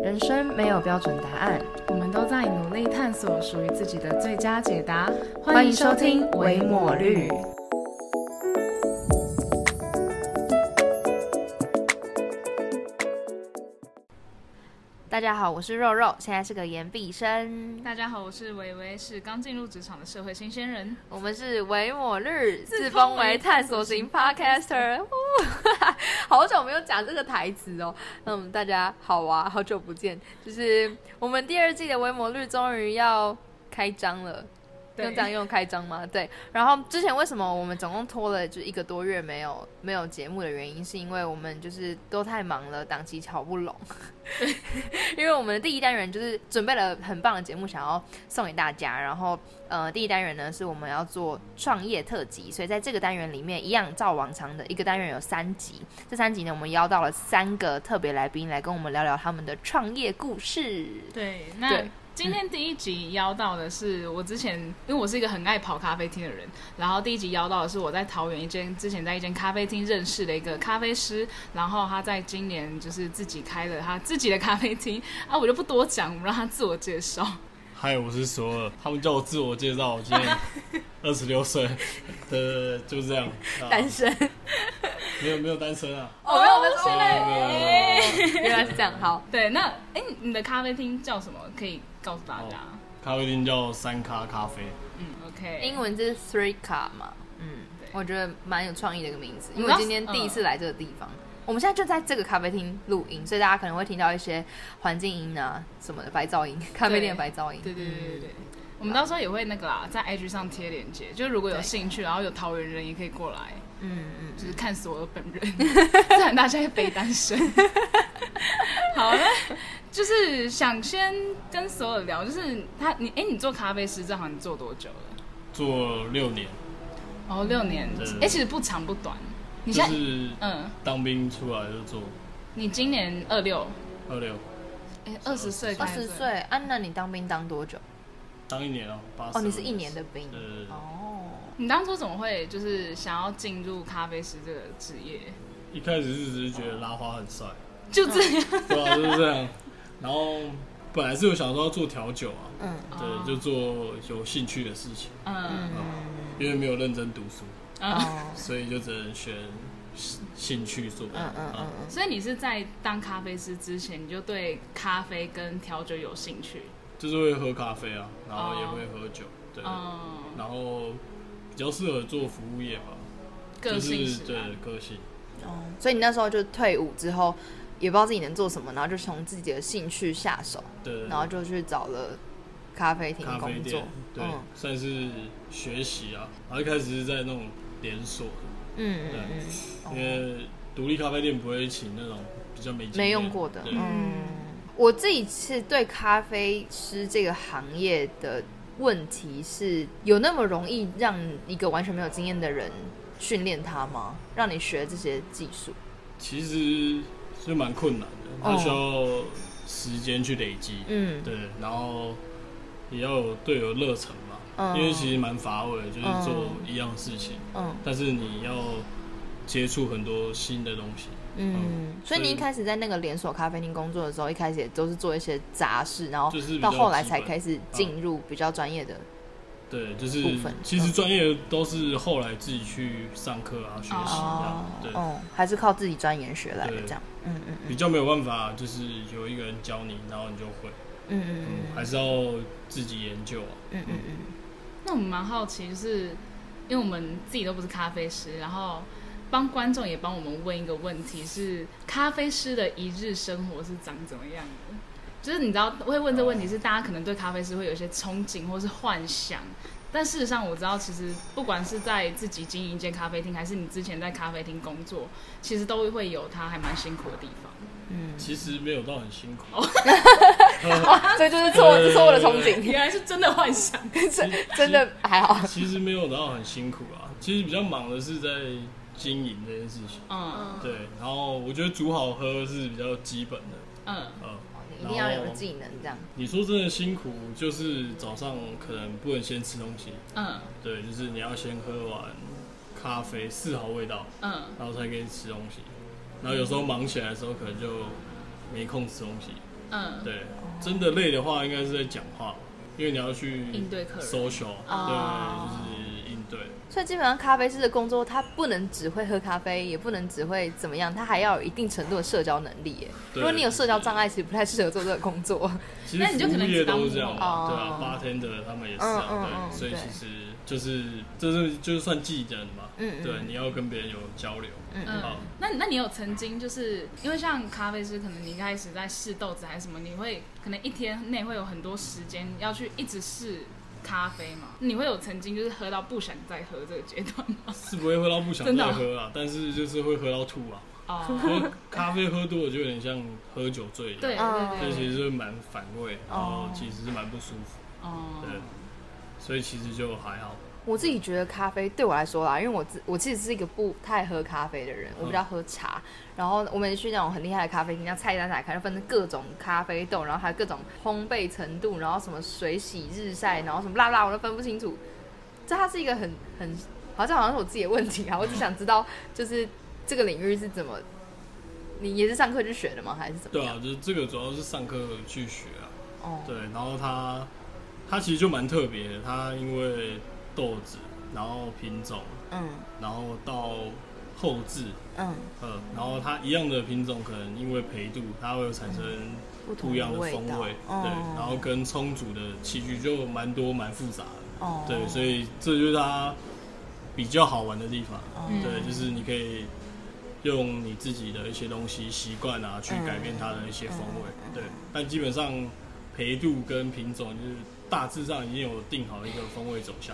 人生没有标准答案， 我们都在努力探索属于自己的最佳解答。 欢迎收听微抹绿。大家好，我是肉肉，现在是个研毕生。 大家好，我是维维，是刚进入职场的社会新鲜人。 我们是微抹绿，自封为探索型 podcaster。好久没有讲这个台词哦。大家好啊，好久不见。就是我们第二季的微抹绿终于要开张了。用这样用开张吗？对。然后之前为什么我们总共拖了就1个多月没有节目的原因，是因为我们就是都太忙了，档期瞧不拢。因为我们的第一单元就是准备了很棒的节目，想要送给大家。然后第一单元呢是我们要做创业特辑，所以在这个单元里面，一样照往常的一个单元有3集。这3集呢，我们邀到了3个特别来宾来跟我们聊聊他们的创业故事。 对，那今天第一集邀到的是我之前，因为我是一个很爱跑咖啡厅的人，然后第一集邀到的是我在桃园之前在一间咖啡厅认识的一个咖啡师，然后他在今年就是自己开了他自己的咖啡厅啊，我就不多讲，我们让他自我介绍。 嗨，我是索尔，他们叫我自我介绍，我今年26岁，对，就是这样， 单身。 没有单身啊？ 没有单身，原来是这样。好， 对，那你的咖啡厅叫什么？可以告诉大家。 咖啡厅叫3咖咖啡。 OK， 英文是 3 咖嘛。我觉得蛮有创意的一个名字，因为我今天第一次来这个地方。我们现在就在这个咖啡厅录音，所以大家可能会听到一些环境音啊什么的白噪音，咖啡店的白噪音。 对。我们到时候也会那个啦，在 IG 上贴链接，就如果有兴趣，然后有桃园人也可以过来，就是看索尔本人，虽然大家也非单身。好，那就是想先跟索尔聊，就是你做咖啡师这行你做多久了？ 做6年。 哦，6年，其实不长不短。你就现在是当兵出来就做。 你今年26。20岁开始。20 岁啊？那你当兵当多久？ 当1年哦，你是1年的兵。 你当初怎么会就是想要进入咖啡师这个职业？ 一开始只是觉得拉花很帅， 就这样。 对啊，就是这样。然后本来是有想说要做调酒啊，对，就做有兴趣的事情，因为没有认真读书，所以就只能选兴趣做。 所以你是在当咖啡师之前，你就对咖啡跟调酒有兴趣？ 就是会喝咖啡啊，然后也会喝酒，对，然后比较适合做服务业吧， 个性就是对个性。 所以你那时候就退伍之后，也不知道自己能做什么，然后就从自己的兴趣下手， 对， 然后就去找了咖啡厅工作， 对，算是学习啊。然后一开始是在那种连锁的，因为独立咖啡店不会请那种比较没用过的，我自己是对咖啡师这个行业的问题是，有那么容易让一个完全没有经验的人训练他吗？让你学这些技术？ 其实是蛮困难的，它需要时间去累积，对，然后也要有热忱嘛，因为其实蛮乏味的，就是做一样事情，但是你要接触很多新的东西。 所以你一开始在那个连锁咖啡厅工作的时候，一开始也都是做一些杂事，然后就是到后来才开始进入比较专业的。 对，就是其实专业都是后来自己去上课啊学习这样，对， 还是靠自己钻研学来的这样， 比较没有办法，就是有一个人教你，然后你就会，还是要自己研究啊， 那我们蛮好奇，就是因为我们自己都不是咖啡师，然后帮观众也帮我们问一个问题是：咖啡师的一日生活是长怎么样的？就是你知道会问这个问题是大家可能对咖啡师会有一些憧憬或是幻想，但事实上我知道其实不管是在自己经营一间咖啡厅，还是你之前在咖啡厅工作，其实都会有它还蛮辛苦的地方。 其实没有到很辛苦， 所以就是错我的憧憬， 原来是真的幻想， 真的还好。 其实没有到很辛苦啊，其实比较忙的是在经营这件事情，对，然后我觉得煮好喝是比较基本的， 一定要有技能这样。 你说真的辛苦，就是早上可能不能先吃东西，对，就是你要先喝完咖啡试好味道，然后才可以吃东西。然后有时候忙起来的时候，可能就没空吃东西， 对，真的累的话，应该是在讲话，因为你要去应对客人 social， 对，就是应对。 所以基本上咖啡师的工作，他不能只会喝咖啡，也不能只会怎么样，他还要有一定程度的社交能力耶。如果你有社交障碍，其实不太适合做这个工作。 其实服务业都是这样嘛，对啊，bartender 他们也是啊，对，所以其实就是算技能嘛，对，你要跟别人有交流。 那你有曾经就是因为像咖啡师，可能你一开始在试豆子还是什么，你会可能一天内会有很多时间要去一直试咖啡嘛？你会有曾经就是喝到不想再喝这个阶段吗？ 是不会喝到不想再喝啊，但是就是会喝到吐啊。喝咖啡喝多了就有点像喝酒醉一样， 对， 所以其实是蛮反胃，然后其实是蛮不舒服。对，所以其实就还好。 我自己觉得咖啡对我来说啦，因为我其实是一个不太喝咖啡的人，我比较喝茶。然后我们去那种很厉害的咖啡厅，像菜单打开就分成各种咖啡豆，然后还有各种烘焙程度，然后什么水洗、日晒，然后什么啦啦，我都分不清楚。它是一个很好像是我自己的问题啊。我只想知道，就是这个领域是怎么，你也是上课去学的吗？还是怎么样？ 对啊，就是这个主要是上课去学啊。对，然后它其实就蛮特别的，它因为豆子，然后品种，然后到后制，然后它一样的品种，可能因为焙度，它会产生不一样的风味，对，然后跟冲煮的器具就蛮多蛮复杂的，对，所以这就是它比较好玩的地方，对，就是你可以用你自己的一些东西习惯啊，去改变它的一些风味，对，但基本上焙度跟品种就是大致上已经有定好一个风味走向。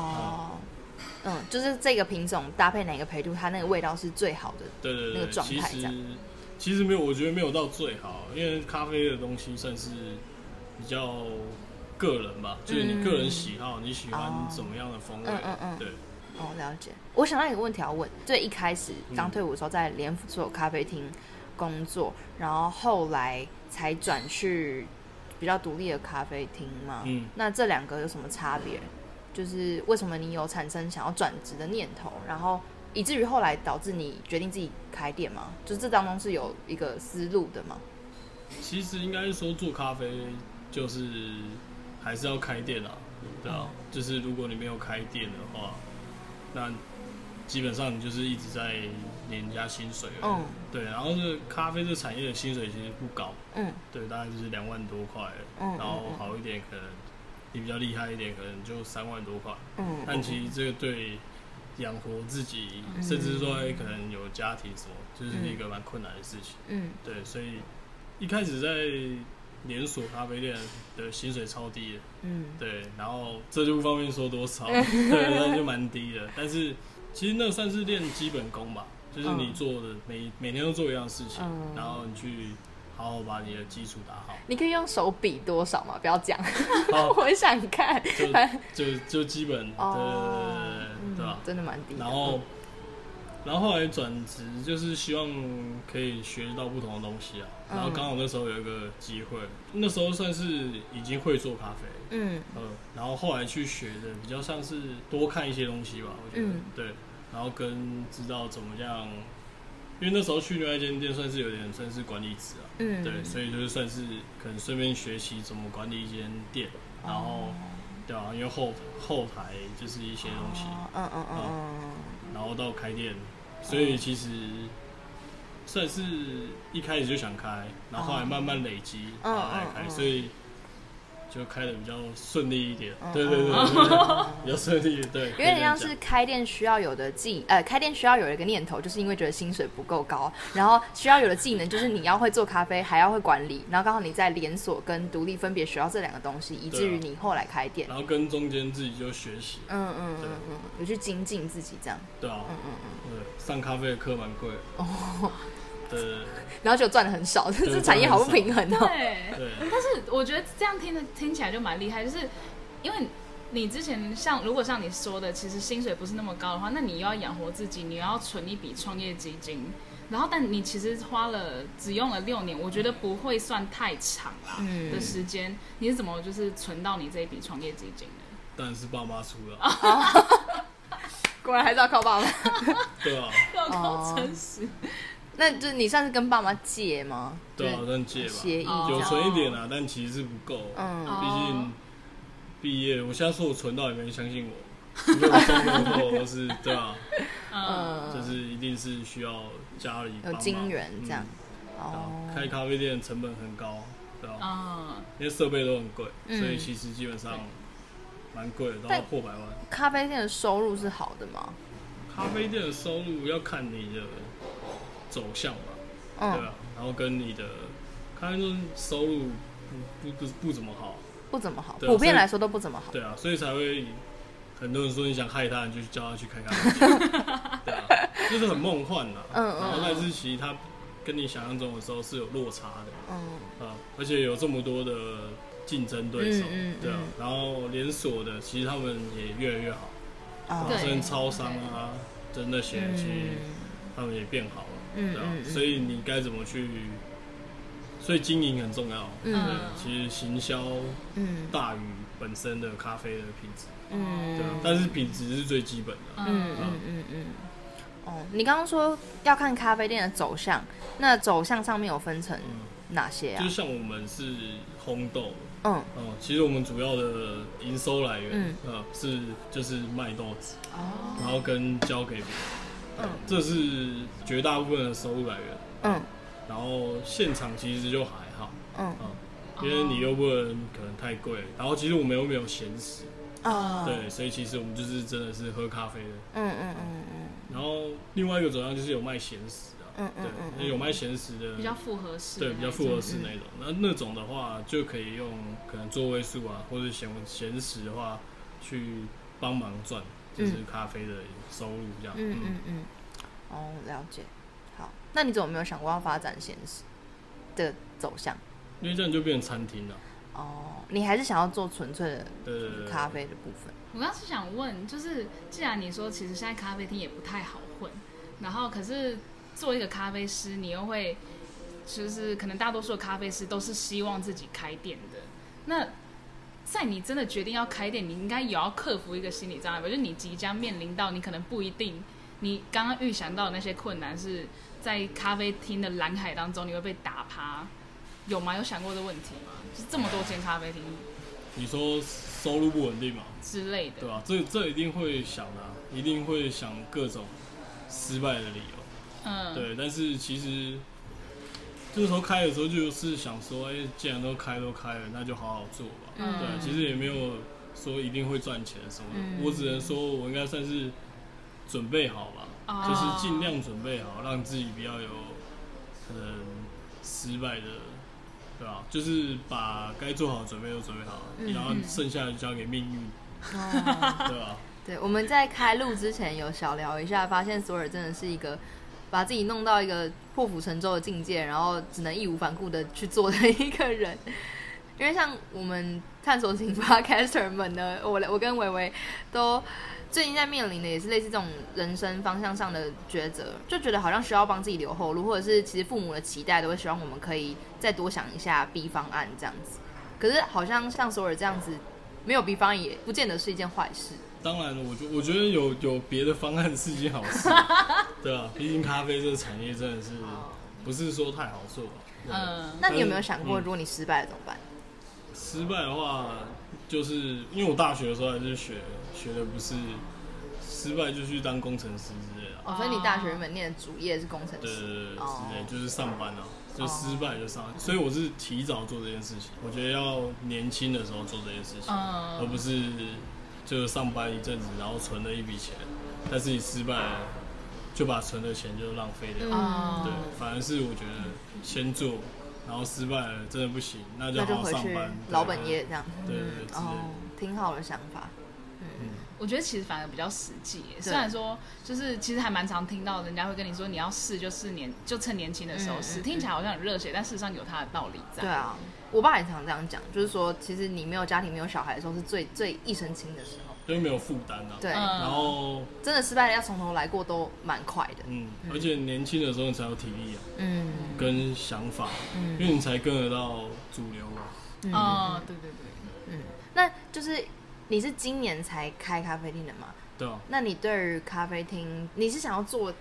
就是这个品种搭配哪个焙度，它那个味道是最好的， 对， 那个状态这样。 其实没有，我觉得没有到最好，因为咖啡的东西算是比较个人吧，就是你个人喜好，你喜欢怎么样的风味，对。 了解。我想到一个问题要问，最一开始刚退伍的时候，在连锁咖啡厅工作，然后后来才转去比较独立的咖啡厅嘛，那这两个有什么差别？就是为什么你有产生想要转职的念头，然后以至于后来导致你决定自己开店吗？就是这当中是有一个思路的吗？ 其实应该是说做咖啡就是还是要开店啊，对啊，就是如果你没有开店的话，那基本上你就是一直在领人家薪水而已，对，然后这咖啡这产业的薪水其实不高，对，大概就是2万多块，然后好一点可能你比较厉害一点，可能就3万多块，但其实这个对养活自己，甚至说可能有家庭什么，就是一个蛮困难的事情，对，所以一开始在连锁咖啡店的薪水超低的，对，然后这就不方便说多少，对，那就蛮低的。但是其实那算是练基本功吧，就是你做的每天都做一样事情，然后你去好好把你的基础打好。 你可以用手比多少吗？不要讲，我很想看。 就基本，对吧？ 真的蛮低的。 然后后来转职，就是希望可以学到不同的东西啊。然后刚好那时候有一个机会，那时候算是已经会做咖啡，然后后来去学的比较像是多看一些东西吧，我觉得，对，然后跟知道怎么样，因为那时候去另外一间店算是有点算是管理职啊，对，所以就是算是可能顺便学习怎么管理一间店，然后对啊，因为后台就是一些东西，然后到开店，所以其实算是一开始就想开，然后后来慢慢累积，然后来开，所以就开的比较顺利一点。对，比较顺利，对。 有点像是开店需要有的开店需要有一个念头，就是因为觉得薪水不够高，然后需要有的技能就是你要会做咖啡，还要会管理，然后刚好你在连锁跟独立分别学到这两个东西，以至于你后来开店。 然后跟中间自己就学习， 有去精进自己这样。 对啊，对，上咖啡的课蛮贵的。对， 然后就赚的很少，这产业好不平衡哦。 对，但是我觉得这样听起来就蛮厉害，就是因为你之前如果像你说的，其实薪水不是那么高的话，那你又要养活自己，你要存一笔创业基金，然后但你其实只用了6年，我觉得不会算太长啦的时间，你是怎么就是存到你这一笔创业基金的？ 当然是爸妈出的。 果然还是要靠爸妈。 对啊， 要靠诚实。 那就是你算是跟爸妈借吗？ 对啊，算借吧， 协议有存一点啊，但其实是不够。毕竟毕业，我现在说我存到也没人相信我，因为我中乐透都是对啊，就是一定是需要家里有金源这样。 开咖啡店成本很高，对吧？因为设备都很贵，所以其实基本上蛮贵的，都要破100万。 咖啡店的收入是好的吗？ 咖啡店的收入要看你的走向吧，对啊，然后跟你的咖啡店收入不怎么好， 不怎么好，普遍来说都不怎么好。 对啊，所以才会很多人说你想害他，你就叫他去开咖啡店，对啊，就是很梦幻啦。然后但是其实他跟你想象中的时候是有落差的，而且有这么多的竞争对手，对啊，然后连锁的其实他们也越来越好，甚至超商啊，的那些其实他们也变好了，对啊，所以你该怎么去？所以经营很重要，对，其实行销大于本身的咖啡的品质，对啊，但是品质是最基本的， 你刚刚说要看咖啡店的走向，那走向上面有分成哪些啊？ 就像我们是烘豆，其实我们主要的营收来源，是就是卖豆子，然后跟交给别人，这是绝大部分的收入来源，然后现场其实就还好，因为你又不能可能太贵，然后其实我们又没有闲食，对，所以其实我们就是真的是喝咖啡的，然后另外一个走向就是有卖咸食的，对，有卖咸食的比较复合式， 对，比较复合式那种，那种的话就可以用可能座位数啊，或者咸食的话去帮忙赚，就是咖啡的收入这样， 了解。好，那你怎么没有想过要发展咸食的走向？ 因为这样就变成餐厅了。 你还是想要做纯粹的咖啡的部分？ 我刚是想问，就是既然你说其实现在咖啡厅也不太好混，然后可是做一个咖啡师，你又会就是可能大多数的咖啡师都是希望自己开店的。那在你真的决定要开店，你应该也要克服一个心理障碍吧？就是你即将面临到你可能不一定，你刚刚预想到的那些困难是在咖啡厅的蓝海当中你会被打趴，有吗？有想过这个问题吗？就是这么多间咖啡厅， 你说收入不稳定嘛之类的， 对吧？这一定会想的，一定会想各种失败的理由，对。但是其实这时候开的时候就是想说，既然都开了，那就好好做吧，对。其实也没有说一定会赚钱什么的，我只能说我应该算是准备好吧，就是尽量准备好，让自己不要有可能失败的。对吧？就是把该做好的准备都准备好，然后剩下的就交给命运，对吧？ 对，我们在开录之前有小聊一下，发现索尔真的是一个把自己弄到一个破釜沉舟的境界，然后只能义无反顾的去做的一个人。因为像我们探索型 podcaster 们呢，我跟维维都最近在面临的也是类似这种人生方向上的抉择，就觉得好像需要帮自己留后路，或者是其实父母的期待都会希望我们可以再多想一下 B 方案这样子。可是好像像索尔这样子没有 B 方案也不见得是一件坏事。 当然了，我觉得有别的方案是一件好事，对啊，毕竟咖啡这个产业真的是不是说太好做。 那你有没有想过，如果你失败了怎么办？ 失败的话，就是因为我大学的时候还是学的不是失败就去当工程师之类的。 所以你大学原本念的主业是工程师， 对，之类就是上班啊，就失败就上班。所以我是提早做这件事情，我觉得要年轻的时候做这件事情，而不是就上班一阵子，然后存了一笔钱，但是你失败了，就把存的钱就浪费掉。对，反而是我觉得先做。然后失败了，真的不行，那就好好上班， 老本业这样。 对， 挺好的想法。 我觉得其实反而比较实际。虽然说，就是其实还蛮常听到人家会跟你说，你要试就4年，就趁年轻的时候试，听起来好像很热血，但事实上有它的道理在。 对啊，我爸也常这样讲，就是说，其实你没有家庭、没有小孩的时候，是最一身轻的时候。 因为没有负担啊， 对， 然后真的失败了要从头来过都蛮快的， 而且年轻的时候你才有体力啊，跟想法，因为你才跟得到主流嘛， 对， 那就是你是今年才开咖啡厅的吗？ 对啊。 那你对于咖啡厅，你是想要做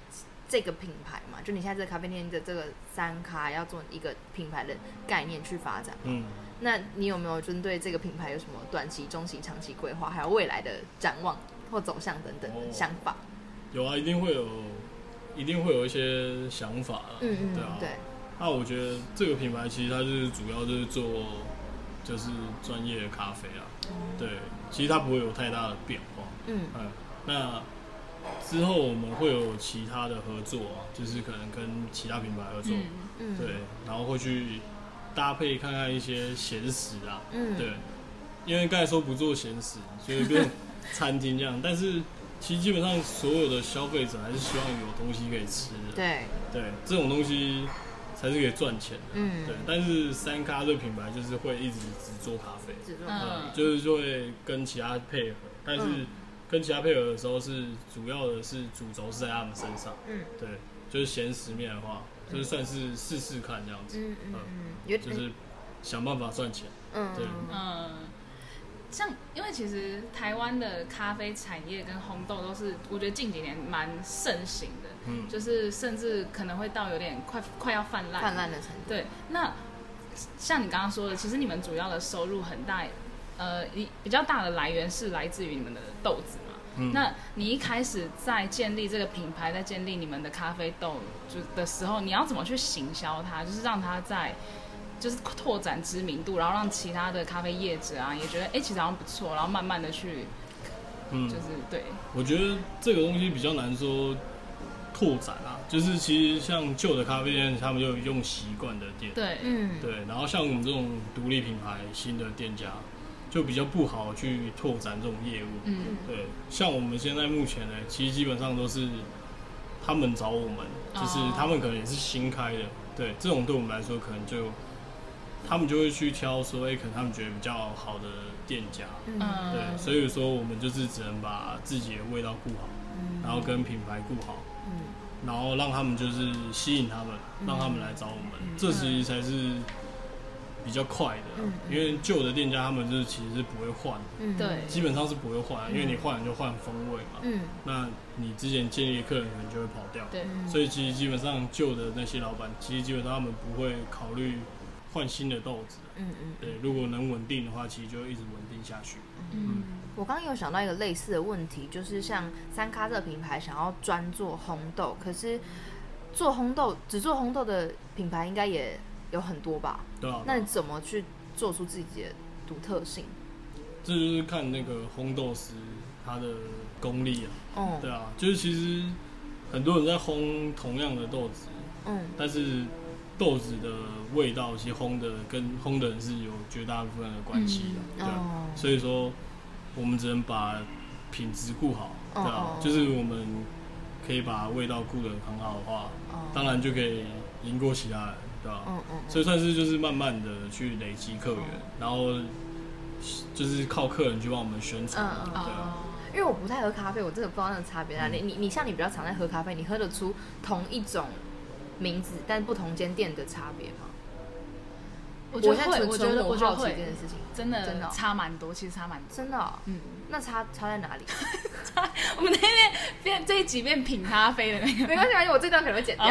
这个品牌嘛，就你现在这个咖啡店的这个3咖要做一个品牌的概念去发展。那你有没有针对这个品牌有什么短期、中期、长期规划，还有未来的展望或走向等等的想法？ 有啊，一定会有一些想法啦。对啊。 对。 那我觉得这个品牌其实它就是主要就是做就是专业的咖啡啊。对，其实它不会有太大的变化。那之后我们会有其他的合作啊，就是可能跟其他品牌合作。对，然后会去搭配看看一些咸食啊。对，因为刚才说不做咸食，所以变餐厅这样，但是其实基本上所有的消费者还是希望有东西可以吃的。对，这种东西才是可以赚钱的。对。但是3咖这个品牌就是会一直只做咖啡，就是就会跟其他配合，但是跟其他配合的时候是主要的是主轴是在他们身上。对，就是咸食面的话，就是算是试试看这样子。就是想办法赚钱。对。 像因为其实台湾的咖啡产业跟烘豆都是我觉得近几年蛮盛行的。就是甚至可能会到有点快要泛滥的程度。 对，那像你刚刚说的，其实你们主要的收入很大，比较大的来源是来自于你们的豆子嘛。那你一开始在建立这个品牌，在建立你们的咖啡豆的时候，你要怎么去行销它，就是让它在就是拓展知名度，然后让其他的咖啡业者啊也觉得其实好像不错，然后慢慢的去就是对。我觉得这个东西比较难说拓展啊，就是其实像旧的咖啡店，他们就用习惯的店。 对。 对，然后像我们这种独立品牌新的店家，就比较不好去拓展这种业务。对，像我们现在目前呢，其实基本上都是他们找我们，就是他们可能也是新开的。对，这种对我们来说可能就他们就会去挑说，可能他们觉得比较好的店家。对，所以说我们就是只能把自己的味道顾好，然后跟品牌顾好，然后让他们就是吸引他们，让他们来找我们，这其实才是比较快的。因为旧的店家他们就是其实是不会换的。 对， 基本上是不会换，因为你换就换风味嘛。那你之前建立的客人可能就会跑掉。 对， 所以其实基本上旧的那些老板，其实基本上他们不会考虑换新的豆子。对，如果能稳定的话，其实就会一直稳定下去。 我刚刚有想到一个类似的问题，就是像3咖这个品牌想要专做烘豆，可是只做烘豆的品牌应该也有很多吧？ 对啊。 那你怎么去做出自己的独特性？ 这就是看那个烘豆师他的功力啊。对啊，就是其实很多人在烘同样的豆子，但是豆子的味道其实跟烘的人是有绝大部分的关系的。对啊。所以说我们只能把品质顾好。对啊。就是我们可以把味道顾得很好的话，当然就可以赢过其他人。对吧？所以算是就是慢慢的去累积客源，然后就是靠客人去帮我们宣传。对啊。 因为我不太喝咖啡，我真的不知道那个差别在哪里。你像你比较常在喝咖啡，你喝得出同一种名字但不同间店的差别吗？ 我觉得会， 我觉得会这件事情真的差蛮多，其实差蛮多。 真的。那差在哪里？ 我们那边这一集变品咖啡的那个， 没关系，我这段可能会剪掉。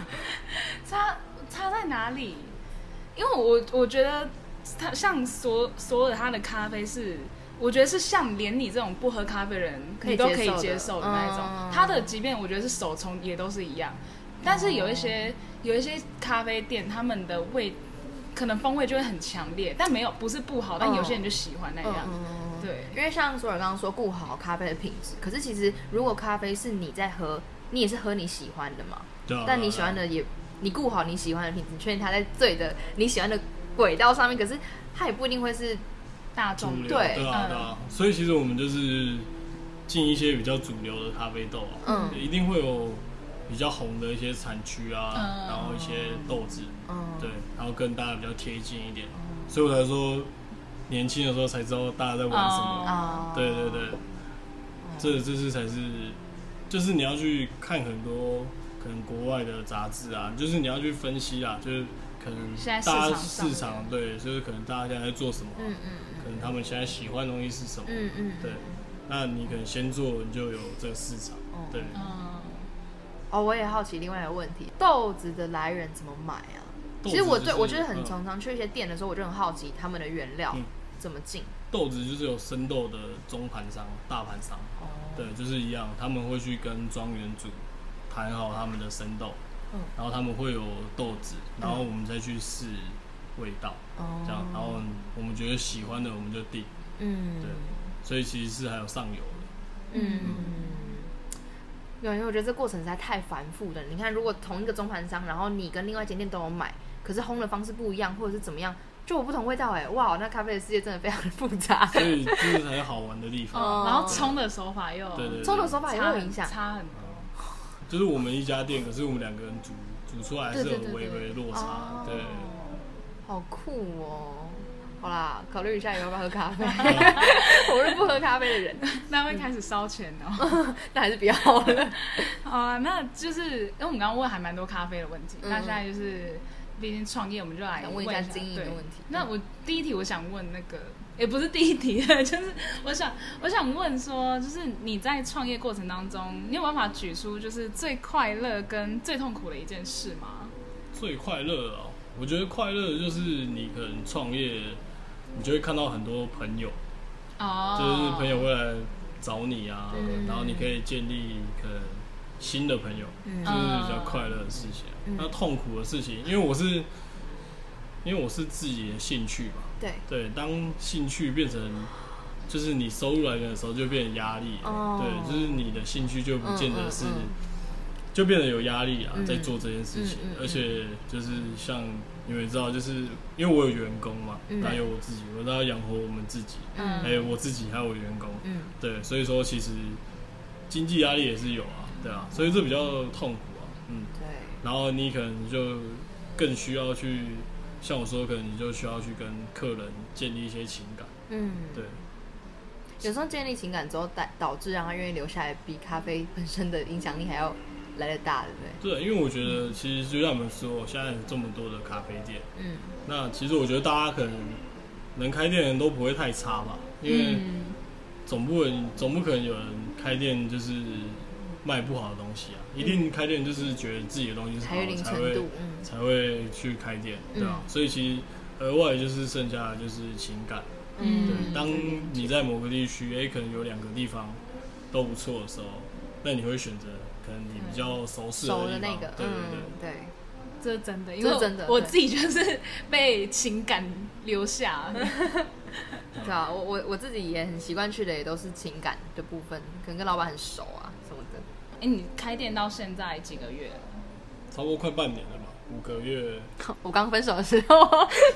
差在哪里？因为我觉得它像所有的它的咖啡是，我觉得是像连你这种不喝咖啡的人你都可以接受的那一种。它的即便我觉得是手冲也都是一样，但是有一些咖啡店他们的可能风味就会很强烈，但不是不好，但有些人就喜欢那样。对， 因为像索尔刚刚说顾好咖啡的品质，可是其实如果咖啡是你在喝，你也是喝你喜欢的嘛。 对啊。 但你喜欢的也。你顾好你喜欢的品质，你确定它在对的你喜欢的轨道上面，可是它也不一定会是大众。 对啊。所以其实我们就是进一些比较主流的咖啡豆一定会有比较红的一些产区啊，然后一些豆子，对，然后跟大家比较贴近一点。所以我才说年轻的时候才知道大家在玩什么。对，这是才是，就是你要去看很多。可能国外的杂志啊，就是你要去分析啊，就是可能大家市场对，就是可能大家现在在做什么，可能他们现在喜欢的东西是什么，对，那你可能先做，你就有这个市场，对。 我也好奇另外一个问题，豆子的来源怎么买啊？其实我就是很常常去一些店的时候，我就很好奇他们的原料怎么进。 豆子就是有生豆的中盘商、大盘商，对，就是一样，他们会去跟庄园主谈好他们的生豆，然后他们会有豆子，然后我们再去试味道，这样，然后我们觉得喜欢的我们就订，对，所以其实是还有上游的， 因为我觉得这过程实在太繁复了。你看，如果同一个中盘商，然后你跟另外一间店都有买，可是烘的方式不一样，或者是怎么样，就有不同味道哇，那咖啡的世界真的非常的复杂。 所以这是才好玩的地方。 然后冲的手法又冲的手法也会有影响， 差很多。 就是我们一家店，可是我们2个人煮出来还是有微微落差，对。 好酷哦！好啦，考虑一下要不要喝咖啡。我是不喝咖啡的人， 那会开始烧钱哦。 那还是不要了。 好啊，那就是因为我们刚刚问还蛮多咖啡的问题，那现在就是毕竟创业，我们就来问一下经营的问题。 那我第一题我想问那个，也不是第一题，就是我想问说，就是你在创业过程当中，你有办法举出就是最快乐跟最痛苦的一件事吗？ 最快乐哦，我觉得快乐就是你可能创业，你就会看到很多朋友，就是朋友会来找你啊，然后你可以建立可能新的朋友，就是比较快乐的事情。那痛苦的事情，因为我是自己的兴趣嘛，对，当兴趣变成就是你收入来源的时候，就变成压力，对，就是你的兴趣就不见得是。就变得有压力啊，在做这件事情，而且就是像你们知道，就是因为我有员工嘛，还有我自己，我都要养活我们自己，还有我自己，还有我员工，对，所以说其实经济压力也是有啊，对啊，所以这比较痛苦啊，对。然后你可能就更需要去，像我说，可能你就需要去跟客人建立一些情感，对。 有时候建立情感之后，导致让他愿意留下来，比咖啡本身的影响力还要来得大，对不对？ 对，因为我觉得其实就像你们说，现在有这么多的咖啡店，那其实我觉得大家可能能开店的人都不会太差吧，因为总不可能有人开店就是卖不好的东西啊，一定开店就是觉得自己的东西是好的才会去开店，对吧？所以其实额外就是剩下的就是情感。对，当你在某个地区，可能有2个地方都不错的时候，那你会选择可能你比较熟悉的那个， 对，这是真的，因为我自己就是被情感留下。 对啊，我自己也很习惯去的，也都是情感的部分，可能跟老板很熟啊什么的。 你开店到现在几个月？ 差不多快半年了吧。5个月， 我刚分手的时候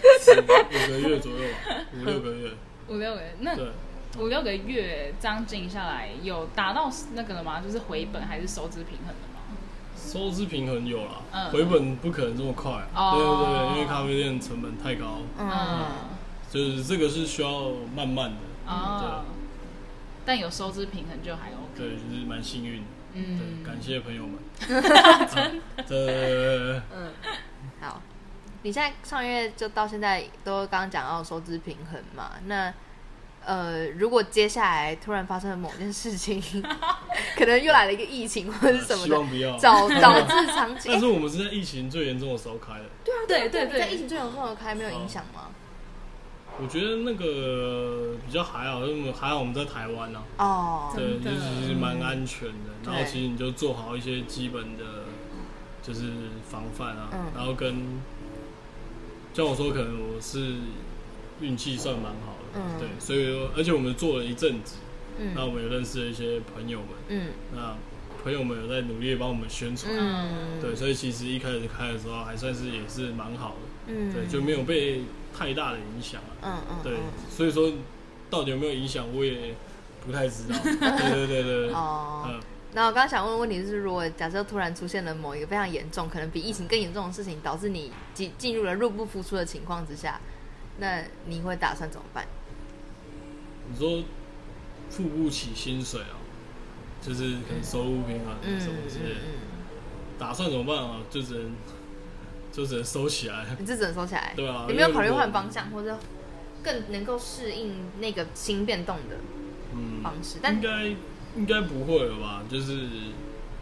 ，5个月左右吧，5-6个月 ，5-6个月，那5-6个月这样经营下来，有达到那个了吗？就是回本还是收支平衡的吗？ 收支平衡有啦，回本不可能这么快，对，因为咖啡店成本太高，就是这个是需要慢慢的，对， 但有收支平衡就还 OK， 对，就是蛮幸运的。对，感谢朋友们。 真的。 好，你现在创业就到现在都刚刚讲到收支平衡嘛？那如果接下来突然发生了某件事情，可能又来了一个疫情或者是什么的， 希望不要导致长期。 但是我们是在疫情最严重的时候开的。 对啊，对，在疫情最严重的时候开，没有影响吗？ 我觉得那个比较还好，因为还好我们在台湾啊，对，就是其实蛮安全的。然后其实你就做好一些基本的，就是防范啊，然后像我说，可能我是运气算蛮好的，对，所以说，而且我们做了一阵子，那我们也认识了一些朋友们，那朋友们有在努力帮我们宣传，对，所以其实一开始开的时候还算是也是蛮好的，对，就没有被太大的影响，对，所以说到底有没有影响，我也不太知道，对， 那我刚刚想问的问题是，如果假设突然出现了某一个非常严重，可能比疫情更严重的事情，导致你进入了入不敷出的情况之下，那你会打算怎么办？ 你说付不起薪水啊，就是可能收入平衡什么之类的，打算怎么办啊？就只能收起来。你只能收起来？对啊。你没有考虑换方向，或者更能够适应那个新变动的方式？但应该不会了吧？就是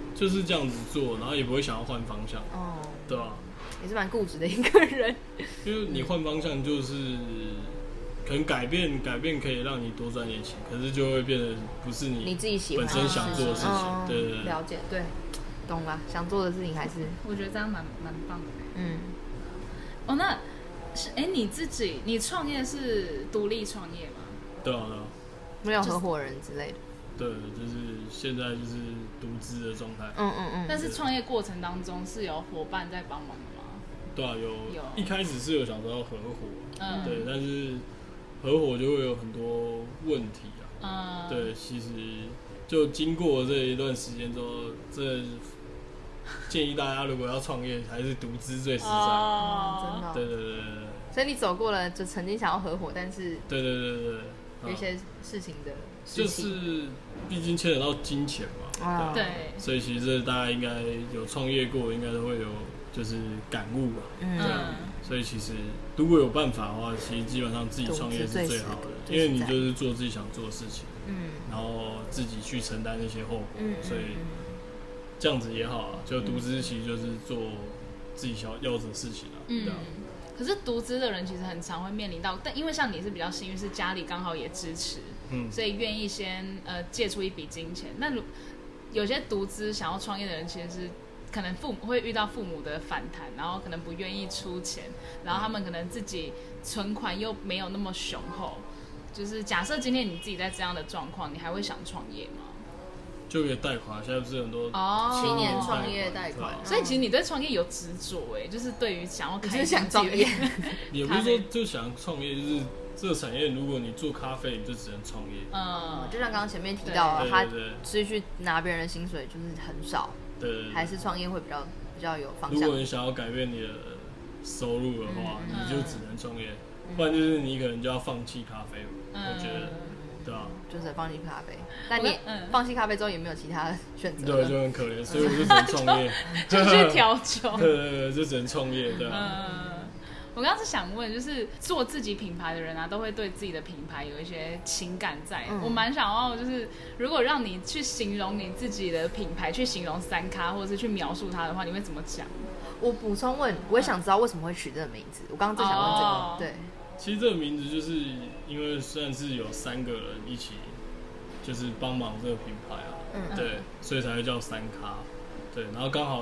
就是这样子做，然后也不会想要换方向，对吧？ 也是蛮固执的一个人。 因为你换方向就是可能改变可以让你多赚点钱，可是就会变得不是你自己喜欢本身想做的事情。对对对， 了解，对，懂了。想做的事情还是我觉得这样蛮棒的。那是你创业是独立创业吗？ 对啊， 没有合伙人之类的。 对，就是现在就是独资的状态。 但是创业过程当中是有伙伴在帮忙的吗？ 对啊，有。一开始是有想说要合伙，对，但是合伙就会有很多问题啊。对，其实就经过这一段时间之后，这建议大家如果要创业，还是独资最实在。 真的。 对。 所以你走过了，就曾经想要合伙，但是对， 有一些事情的。 就是毕竟牵扯到金钱嘛， 对， 所以其实大家应该有创业过，应该都会有就是感悟吧，所以其实如果有办法的话，其实基本上自己创业是最好的，因为你就是做自己想做的事情，然后自己去承担那些后果，所以这样子也好啊，就独资其实就是做自己想要的事情啊， 可是独资的人其实很常会面临到，但因为像你是比较幸运，是家里刚好也支持，所以愿意先借出一笔金钱。那有些独资想要创业的人，其实是可能父母会遇到父母的反弹，然后可能不愿意出钱，然后他们可能自己存款又没有那么雄厚。就是假设今天你自己在这样的状况，你还会想创业吗？ 就可以贷款，现在不是很多 7年创业贷款， 所以其实你对创业有执着就是对于想要开， 想创业， 也不是说就想创业，就是这个产业，如果你做咖啡，你就只能创业。 就像刚刚前面提到的，他是去拿别人的薪水，就是很少， 对， 还是创业会比较有方向。 如果你想要改变你的收入的话，你就只能创业，不然就是你可能就要放弃咖啡。我觉得。对啊， 就是放弃咖啡，但你放弃咖啡之后也没有其他的选择， 对，就很可怜，所以我就只能创业， 就去调酒， 对，就只能创业，对我刚刚是想问，就是做自己品牌的人啊，都会对自己的品牌有一些情感在。我蛮想要，就是如果让你去形容你自己的品牌，去形容3咖，或者是去描述它的话，你会怎么讲？ 我补充问，我也想知道为什么会取这个名字。我刚刚正想问这个，对。 其实这个名字就是因为算是有3个人一起，就是帮忙这个品牌啊，对，所以才会叫3咖，对，然后刚好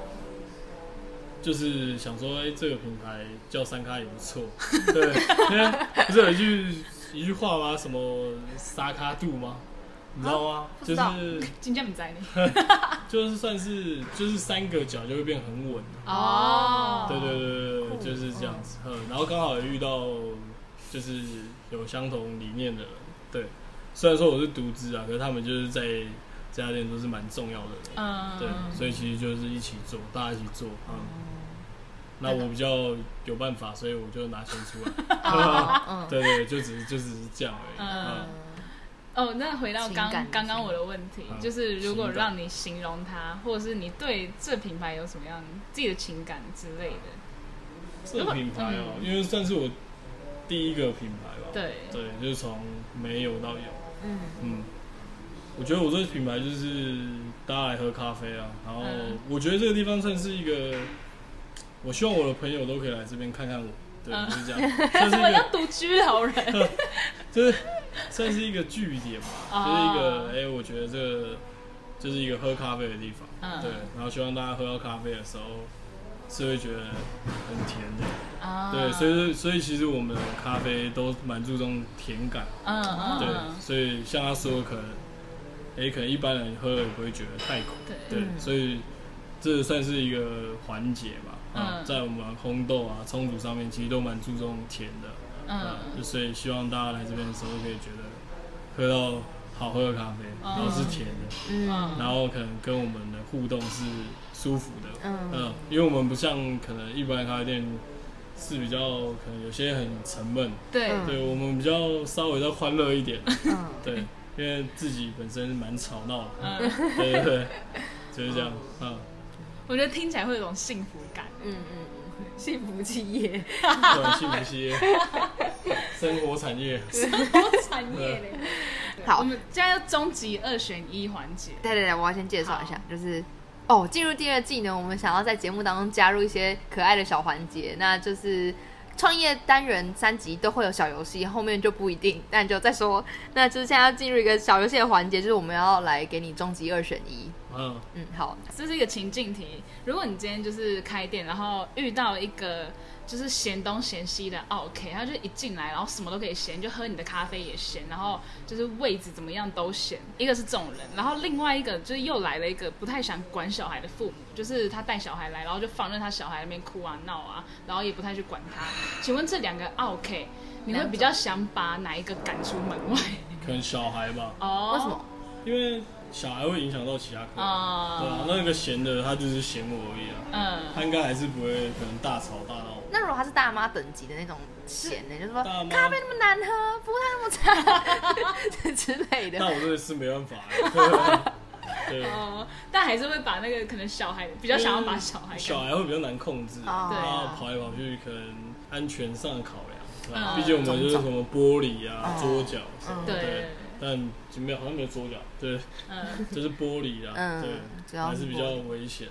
就是想说这个品牌叫3咖也不错，对，因为不是有一句话吗？什么沙咖度吗？你知道吗？就是真正不知道呢，就是算是就是3个脚就会变很稳对，就是这样子。然后刚好也遇到就是有相同理念的人，对。虽然说我是独资啊，可是他们就是在这家店都是蛮重要的人，对，所以其实就是一起做，大家一起做，那我比较有办法，所以我就拿钱出来，对，就只是这样而已。 那回到刚刚我的问题，就是如果让你形容它，或者是你对这品牌有什么样自己的情感之类的？ 这个品牌因为算是我第一个品牌吧， 对， 就是从没有到有，我觉得我这个品牌就是大家来喝咖啡啊，然后我觉得这个地方算是一个，我希望我的朋友都可以来这边看看我，对，就是这样。 什么叫独居老人？ 就是算是一个据点嘛，就是一个我觉得这个就是一个喝咖啡的地方，对，然后希望大家喝到咖啡的时候是会觉得很甜的，对，所以其实我们的咖啡都蛮注重甜感，对，所以像他说可能一般人喝了也不会觉得太苦，对，所以这算是一个环节吧，在我们烘豆啊、冲煮上面其实都蛮注重甜的，所以希望大家来这边的时候可以觉得喝到好喝的咖啡，然后是甜的，然后可能跟我们的互动是舒服的，因为我们不像可能一般的咖啡店是比较可能有些很沉闷，对，我们比较稍微再欢乐一点，对，因为自己本身蛮吵闹的，对，就是这样， 我觉得听起来会有种幸福感， 幸福企业， 对，幸福企业，生活产业嘞。 好， 我们现在要终极2选1环节。 对，我要先介绍一下，就是进入第2季呢，我们想要在节目当中加入一些可爱的小环节，那就是创业单元3集都会有小游戏，后面就不一定，但就再说。那就是现在要进入一个小游戏的环节，就是我们要来给你终极2选1。好， 这是一个情境题。如果你今天就是开店，然后遇到一个就是嫌东嫌西的 OK， 他就一进来，然后什么都可以嫌，就喝你的咖啡也嫌，然后就是位置怎么样都嫌。一个是这种人，然后另外一个就是又来了一个不太想管小孩的父母，就是他带小孩来，然后就放任他小孩在那边哭啊闹啊，然后也不太去管他。请问这2个 OK， 你会比较想把哪一个赶出门外？ 可能小孩吧。 为什么？ 因为小孩会影响到其他客人，对啊，那个嫌的他就是嫌我而已啊，他应该还是不会可能大吵大闹。 那如果他是大妈等级的那种嫌呢，就是说咖啡那么难喝，服务态那么差之类的， 那我真的是没办法。对， 但还是会把那个可能小孩比较想要把小孩会比较难控制，然后跑来跑去，可能安全上的考量，毕竟我们就是什么玻璃啊、桌角，对。但没有，好像没有桌角，对，就是玻璃啦，对，还是比较危险。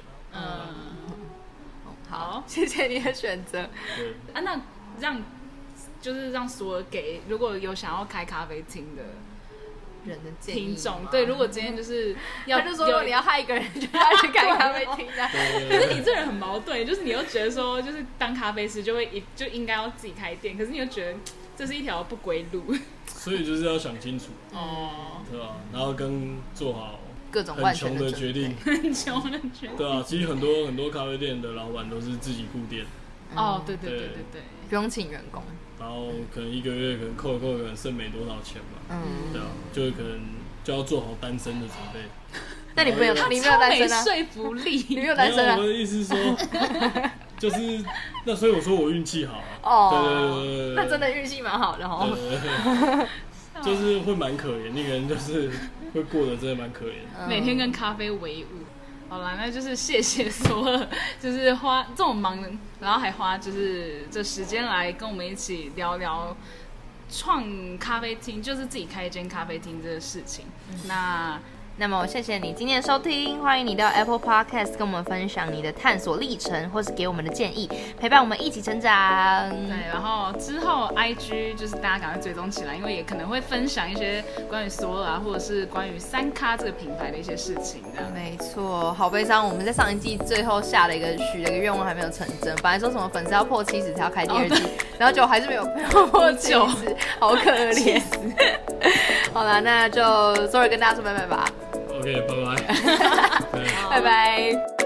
好，谢谢你的选择。 对那让所有给如果有想要开咖啡厅的人的建议听众，对，如果今天就是他就说如果你要害一个人，就要去开咖啡厅的。 可是你这人很矛盾，就是你又觉得说，就是当咖啡师就应该要自己开店，可是你又觉得这是一条不归路。 所以就是要想清楚，对吧？然后跟做好各种很穷的决定， 很穷的决定。 对啊，其实很多咖啡店的老板都是自己顾店。 对， 不用请员工。 然后可能1个月可能扣可能剩没多少钱吧。对啊，就可能就要做好单身的准备。 那你没有单身啊？ 说服力， 你没有单身啊？ 我的意思是说，就是那所以我说我运气好啊。对， 那真的运气蛮好的哦。 对，就是会蛮可怜，那个人就是会过得真的蛮可怜， 每天跟咖啡为伍。好啦，那就是谢谢索尔，就是花这么忙，然后还花就是这时间来跟我们一起聊聊创咖啡厅，就是自己开一间咖啡厅这个事情。 那么谢谢你今天的收听，欢迎你到 Apple Podcast 跟我们分享你的探索历程，或是给我们的建议，陪伴我们一起成长。 对，然后之后 IG 就是大家赶快追踪起来，因为也可能会分享一些关于索尔或者是关于3咖这个品牌的一些事情。 没错，好悲伤，我们在上一季最后许了一个愿望还没有成真，本来说什么粉丝要破70才要开第2季，然后结果还是没有破70，好可怜。好了，那就索尔跟大家说拜拜吧。 OK， 拜拜。 拜拜。